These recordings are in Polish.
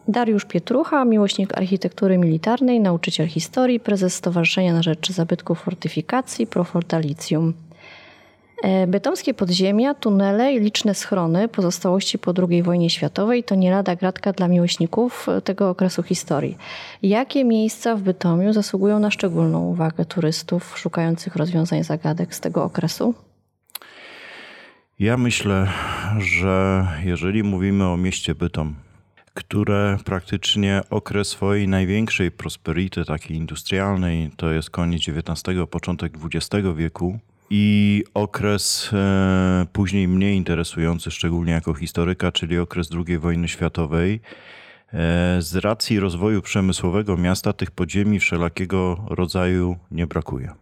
Dariusz Pietrucha, miłośnik architektury militarnej, nauczyciel historii, prezes Stowarzyszenia na Rzecz Zabytków Fortyfikacji Pro Fortalicium. Bytomskie podziemia, tunele i liczne schrony, pozostałości po II wojnie światowej to nie lada gratka dla miłośników tego okresu historii. Jakie miejsca w Bytomiu zasługują na szczególną uwagę turystów szukających rozwiązań zagadek z tego okresu? Ja myślę, że jeżeli mówimy o mieście Bytom, które praktycznie okres swojej największej prosperity, takiej industrialnej, to jest koniec XIX, początek XX wieku, i okres później mnie interesujący, szczególnie jako historyka, czyli okres II wojny światowej. Z racji rozwoju przemysłowego miasta tych podziemi wszelakiego rodzaju nie brakuje.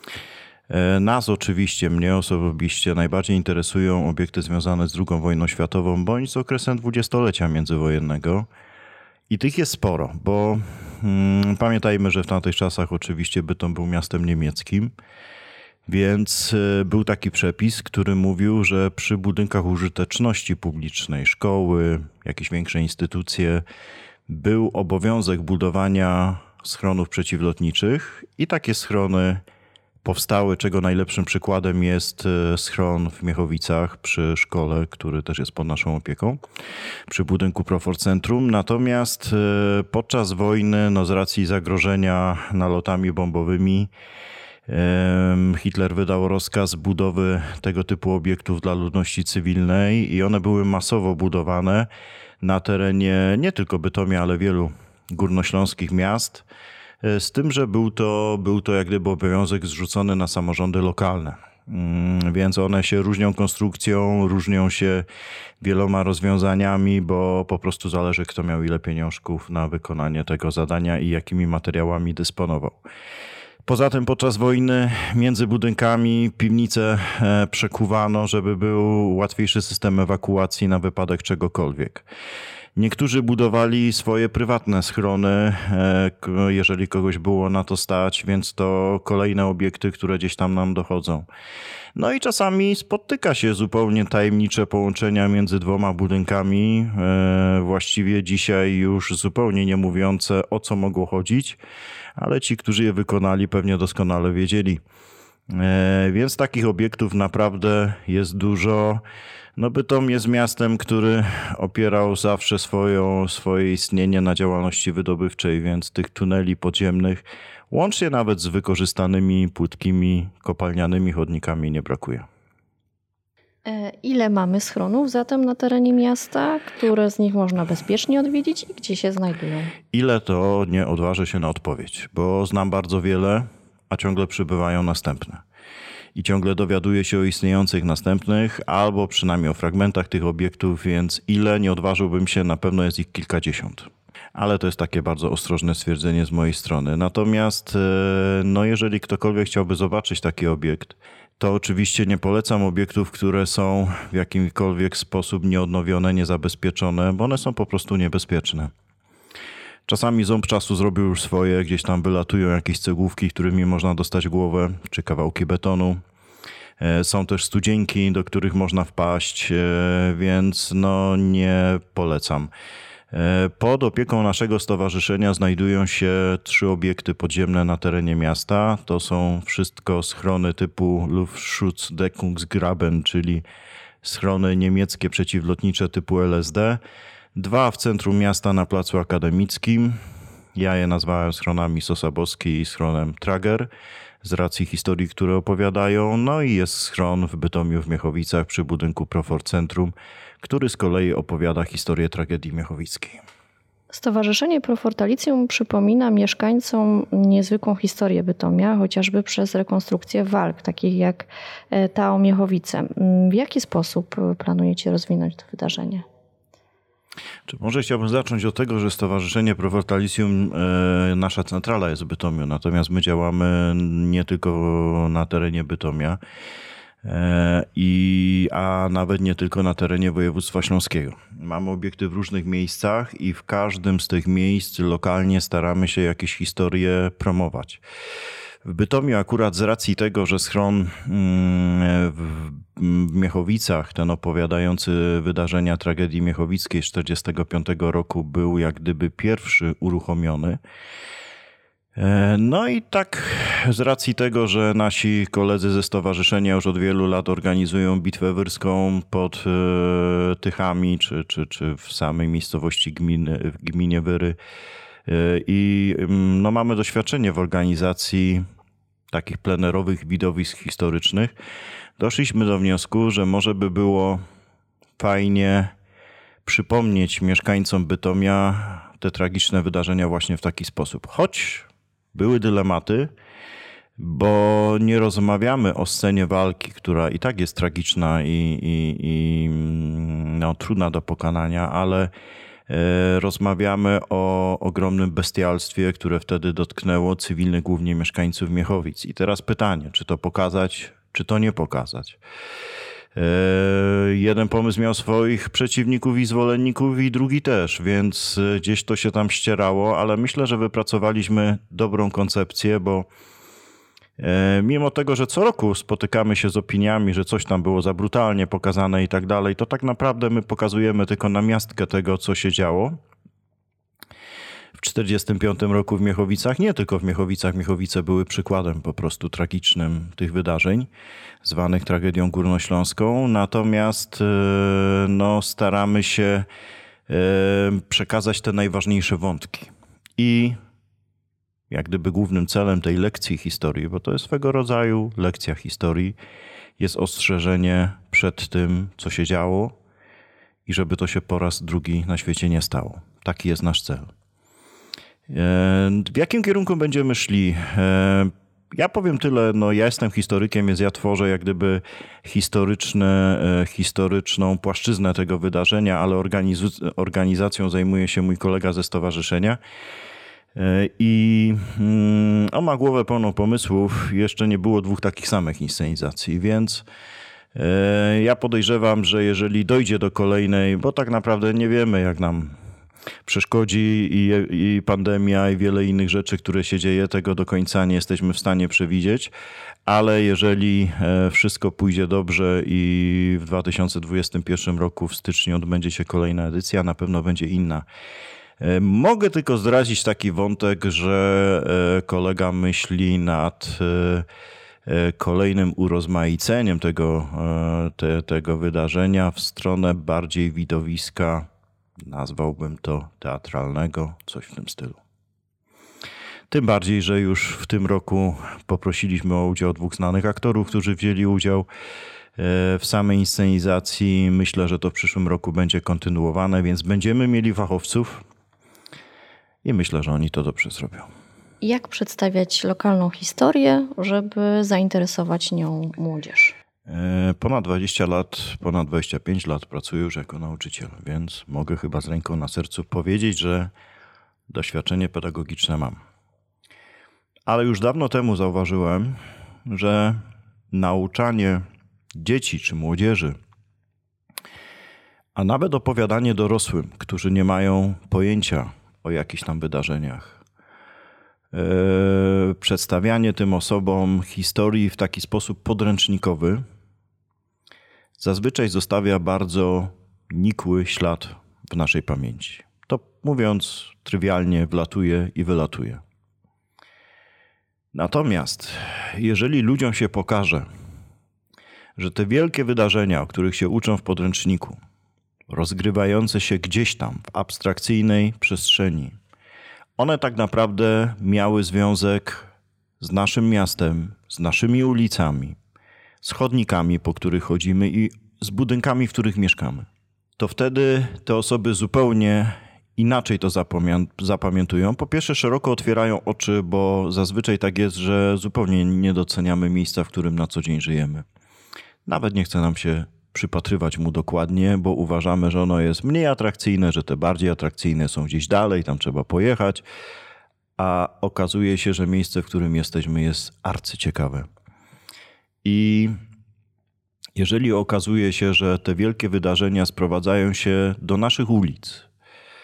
Nas oczywiście, mnie osobiście najbardziej interesują obiekty związane z II wojną światową bądź z okresem dwudziestolecia międzywojennego. I tych jest sporo, bo pamiętajmy, że w tamtych czasach oczywiście Bytom był miastem niemieckim. Więc był taki przepis, który mówił, że przy budynkach użyteczności publicznej, szkoły, jakieś większe instytucje, był obowiązek budowania schronów przeciwlotniczych i takie schrony powstały, czego najlepszym przykładem jest schron w Miechowicach przy szkole, który też jest pod naszą opieką, przy budynku Profor Centrum. Natomiast podczas wojny, z racji zagrożenia nalotami bombowymi, Hitler wydał rozkaz budowy tego typu obiektów dla ludności cywilnej i one były masowo budowane na terenie nie tylko Bytomia, ale wielu górnośląskich miast, z tym, że był to jak gdyby obowiązek zrzucony na samorządy lokalne. Więc one się różnią konstrukcją, różnią się wieloma rozwiązaniami, bo po prostu zależy, kto miał ile pieniążków na wykonanie tego zadania i jakimi materiałami dysponował. Poza tym podczas wojny między budynkami piwnice przekuwano, żeby był łatwiejszy system ewakuacji na wypadek czegokolwiek. Niektórzy budowali swoje prywatne schrony, jeżeli kogoś było na to stać, więc to kolejne obiekty, które gdzieś tam nam dochodzą. No i czasami spotyka się zupełnie tajemnicze połączenia między dwoma budynkami, właściwie dzisiaj już zupełnie nie mówiące, o co mogło chodzić, ale ci, którzy je wykonali, pewnie doskonale wiedzieli. Więc takich obiektów naprawdę jest dużo. Bytom jest miastem, który opierał zawsze swoje istnienie na działalności wydobywczej, więc tych tuneli podziemnych, łącznie nawet z wykorzystanymi płytkimi kopalnianymi chodnikami, nie brakuje. Ile mamy schronów zatem na terenie miasta, które z nich można bezpiecznie odwiedzić i gdzie się znajdują? Ile to nie odważę się na odpowiedź, bo znam bardzo wiele, a ciągle przybywają następne. I ciągle dowiaduję się o istniejących następnych, albo przynajmniej o fragmentach tych obiektów, więc ile nie odważyłbym się, na pewno jest ich kilkadziesiąt. Ale to jest takie bardzo ostrożne stwierdzenie z mojej strony. Natomiast jeżeli ktokolwiek chciałby zobaczyć taki obiekt, to oczywiście nie polecam obiektów, które są w jakimkolwiek sposób nieodnowione, niezabezpieczone, bo one są po prostu niebezpieczne. Czasami ząb czasu zrobił już swoje, gdzieś tam wylatują jakieś cegłówki, którymi można dostać głowę, czy kawałki betonu. Są też studzienki, do których można wpaść, więc nie polecam. Pod opieką naszego stowarzyszenia znajdują się 3 obiekty podziemne na terenie miasta. To są wszystko schrony typu Luftschutzdeckungsgraben, czyli schrony niemieckie przeciwlotnicze typu LSD. 2 w centrum miasta na Placu Akademickim. Ja je nazwałem schronami Sosabowski i schronem Trager z racji historii, które opowiadają. No i jest schron w Bytomiu w Miechowicach przy budynku Profor Centrum, który z kolei opowiada historię tragedii miechowickiej. Stowarzyszenie Pro Fortalicium przypomina mieszkańcom niezwykłą historię Bytomia, chociażby przez rekonstrukcję walk, takich jak ta o Miechowice. W jaki sposób planujecie rozwinąć to wydarzenie? Może chciałbym zacząć od tego, że Stowarzyszenie Pro Fortalicium, nasza centrala jest w Bytomiu, natomiast my działamy nie tylko na terenie Bytomia, a nawet nie tylko na terenie województwa śląskiego. Mamy obiekty w różnych miejscach i w każdym z tych miejsc lokalnie staramy się jakieś historie promować. W Bytomiu akurat z racji tego, że schron w Miechowicach, ten opowiadający wydarzenia tragedii miechowickiej z 1945 roku był jak gdyby pierwszy uruchomiony. No i tak z racji tego, że nasi koledzy ze stowarzyszenia już od wielu lat organizują bitwę wyrską pod Tychami czy w samej miejscowości w gminie Wyry i no, mamy doświadczenie w organizacji takich plenerowych widowisk historycznych, doszliśmy do wniosku, że może by było fajnie przypomnieć mieszkańcom Bytomia te tragiczne wydarzenia właśnie w taki sposób. Choć były dylematy, bo nie rozmawiamy o scenie walki, która i tak jest tragiczna i no, trudna do pokonania, ale rozmawiamy o ogromnym bestialstwie, które wtedy dotknęło cywilnych, głównie mieszkańców Miechowic. I teraz pytanie, czy to pokazać, czy to nie pokazać. Jeden pomysł miał swoich przeciwników i zwolenników i drugi też, więc gdzieś to się tam ścierało, ale myślę, że wypracowaliśmy dobrą koncepcję, bo mimo tego, że co roku spotykamy się z opiniami, że coś tam było za brutalnie pokazane i tak dalej, to tak naprawdę my pokazujemy tylko namiastkę tego, co się działo. W 1945 roku w Miechowicach, nie tylko w Miechowicach, Miechowice były przykładem po prostu tragicznym tych wydarzeń, zwanych tragedią górnośląską, natomiast no, staramy się przekazać te najważniejsze wątki. I jak gdyby głównym celem tej lekcji historii, bo to jest swego rodzaju lekcja historii, jest ostrzeżenie przed tym, co się działo i żeby to się po raz drugi na świecie nie stało. Taki jest nasz cel. W jakim kierunku będziemy szli? Ja powiem tyle, no ja jestem historykiem, więc ja tworzę jak gdyby historyczną płaszczyznę tego wydarzenia, ale organizacją zajmuje się mój kolega ze stowarzyszenia. I on ma głowę pełną pomysłów. Jeszcze nie było 2 takich samych inscenizacji, więc ja podejrzewam, że jeżeli dojdzie do kolejnej, bo tak naprawdę nie wiemy, jak nam przeszkodzi i pandemia i wiele innych rzeczy, które się dzieje, tego do końca nie jesteśmy w stanie przewidzieć, ale jeżeli wszystko pójdzie dobrze i w 2021 roku w styczniu odbędzie się kolejna edycja, na pewno będzie inna. Mogę tylko zdradzić taki wątek, że kolega myśli nad kolejnym urozmaiceniem tego wydarzenia w stronę bardziej widowiska, nazwałbym to teatralnego, coś w tym stylu. Tym bardziej, że już w tym roku poprosiliśmy o udział 2 znanych aktorów, którzy wzięli udział w samej inscenizacji. Myślę, że to w przyszłym roku będzie kontynuowane, więc będziemy mieli fachowców i myślę, że oni to dobrze zrobią. Jak przedstawiać lokalną historię, żeby zainteresować nią młodzież? Ponad 20 lat, ponad 25 lat pracuję już jako nauczyciel, więc mogę chyba z ręką na sercu powiedzieć, że doświadczenie pedagogiczne mam. Ale już dawno temu zauważyłem, że nauczanie dzieci czy młodzieży, a nawet opowiadanie dorosłym, którzy nie mają pojęcia o jakichś tam wydarzeniach, przedstawianie tym osobom historii w taki sposób podręcznikowy zazwyczaj zostawia bardzo nikły ślad w naszej pamięci. To mówiąc trywialnie, wlatuje i wylatuje. Natomiast jeżeli ludziom się pokaże, że te wielkie wydarzenia, o których się uczą w podręczniku, rozgrywające się gdzieś tam w abstrakcyjnej przestrzeni, one tak naprawdę miały związek z naszym miastem, z naszymi ulicami, z chodnikami, po których chodzimy i z budynkami, w których mieszkamy. To wtedy te osoby zupełnie inaczej to zapamiętują. Po pierwsze, szeroko otwierają oczy, bo zazwyczaj tak jest, że zupełnie nie doceniamy miejsca, w którym na co dzień żyjemy. Nawet nie chce nam się przypatrywać mu dokładnie, bo uważamy, że ono jest mniej atrakcyjne, że te bardziej atrakcyjne są gdzieś dalej, tam trzeba pojechać, a okazuje się, że miejsce, w którym jesteśmy, jest arcyciekawe. I jeżeli okazuje się, że te wielkie wydarzenia sprowadzają się do naszych ulic,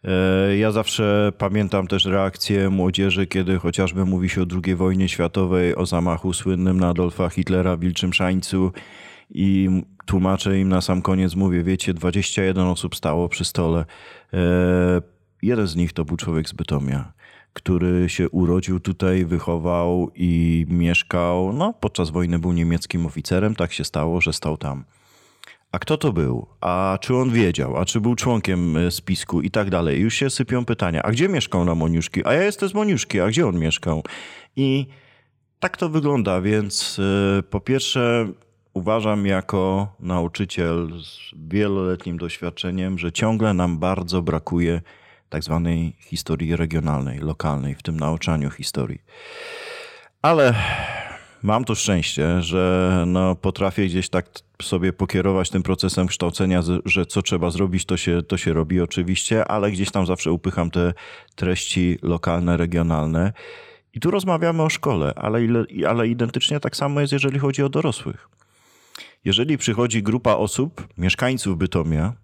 Ja zawsze pamiętam też reakcję młodzieży, kiedy chociażby mówi się o II wojnie światowej, o zamachu słynnym na Adolfa Hitlera w Wilczym Szańcu i tłumaczę im na sam koniec, mówię, wiecie, 21 osób stało przy stole. Jeden z nich to był człowiek z Bytomia, który się urodził tutaj, wychował i mieszkał. No, podczas wojny był niemieckim oficerem, tak się stało, że stał tam. A kto to był? A czy on wiedział? A czy był członkiem spisku? I tak dalej. Już się sypią pytania. A gdzie mieszkał na Moniuszki? A ja jestem z Moniuszki. A gdzie on mieszkał? I tak to wygląda, więc po pierwsze uważam jako nauczyciel z wieloletnim doświadczeniem, że ciągle nam bardzo brakuje tak zwanej historii regionalnej, lokalnej, w tym nauczaniu historii. Ale mam to szczęście, że potrafię gdzieś tak sobie pokierować tym procesem kształcenia, że co trzeba zrobić, to się robi oczywiście, ale gdzieś tam zawsze upycham te treści lokalne, regionalne. I tu rozmawiamy o szkole, ale identycznie tak samo jest, jeżeli chodzi o dorosłych. Jeżeli przychodzi grupa osób, mieszkańców Bytomia,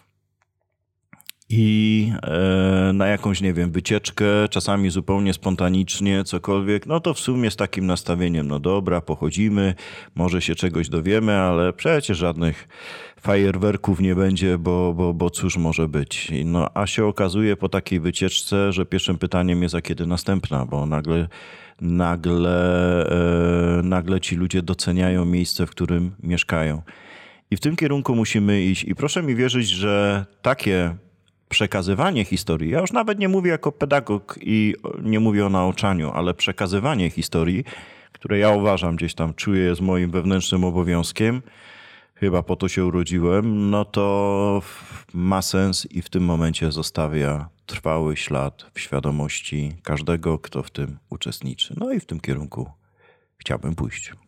i na jakąś, nie wiem, wycieczkę, czasami zupełnie spontanicznie, cokolwiek, no to w sumie z takim nastawieniem, no dobra, pochodzimy, może się czegoś dowiemy, ale przecież żadnych fajerwerków nie będzie, bo cóż może być. No a się okazuje po takiej wycieczce, że pierwszym pytaniem jest, a kiedy następna, bo nagle ci ludzie doceniają miejsce, w którym mieszkają. I w tym kierunku musimy iść. I proszę mi wierzyć, że takie przekazywanie historii, ja już nawet nie mówię jako pedagog i nie mówię o nauczaniu, ale przekazywanie historii, które ja uważam, gdzieś tam czuję, jest moim wewnętrznym obowiązkiem, chyba po to się urodziłem, no to ma sens i w tym momencie zostawia trwały ślad w świadomości każdego, kto w tym uczestniczy. No i w tym kierunku chciałbym pójść.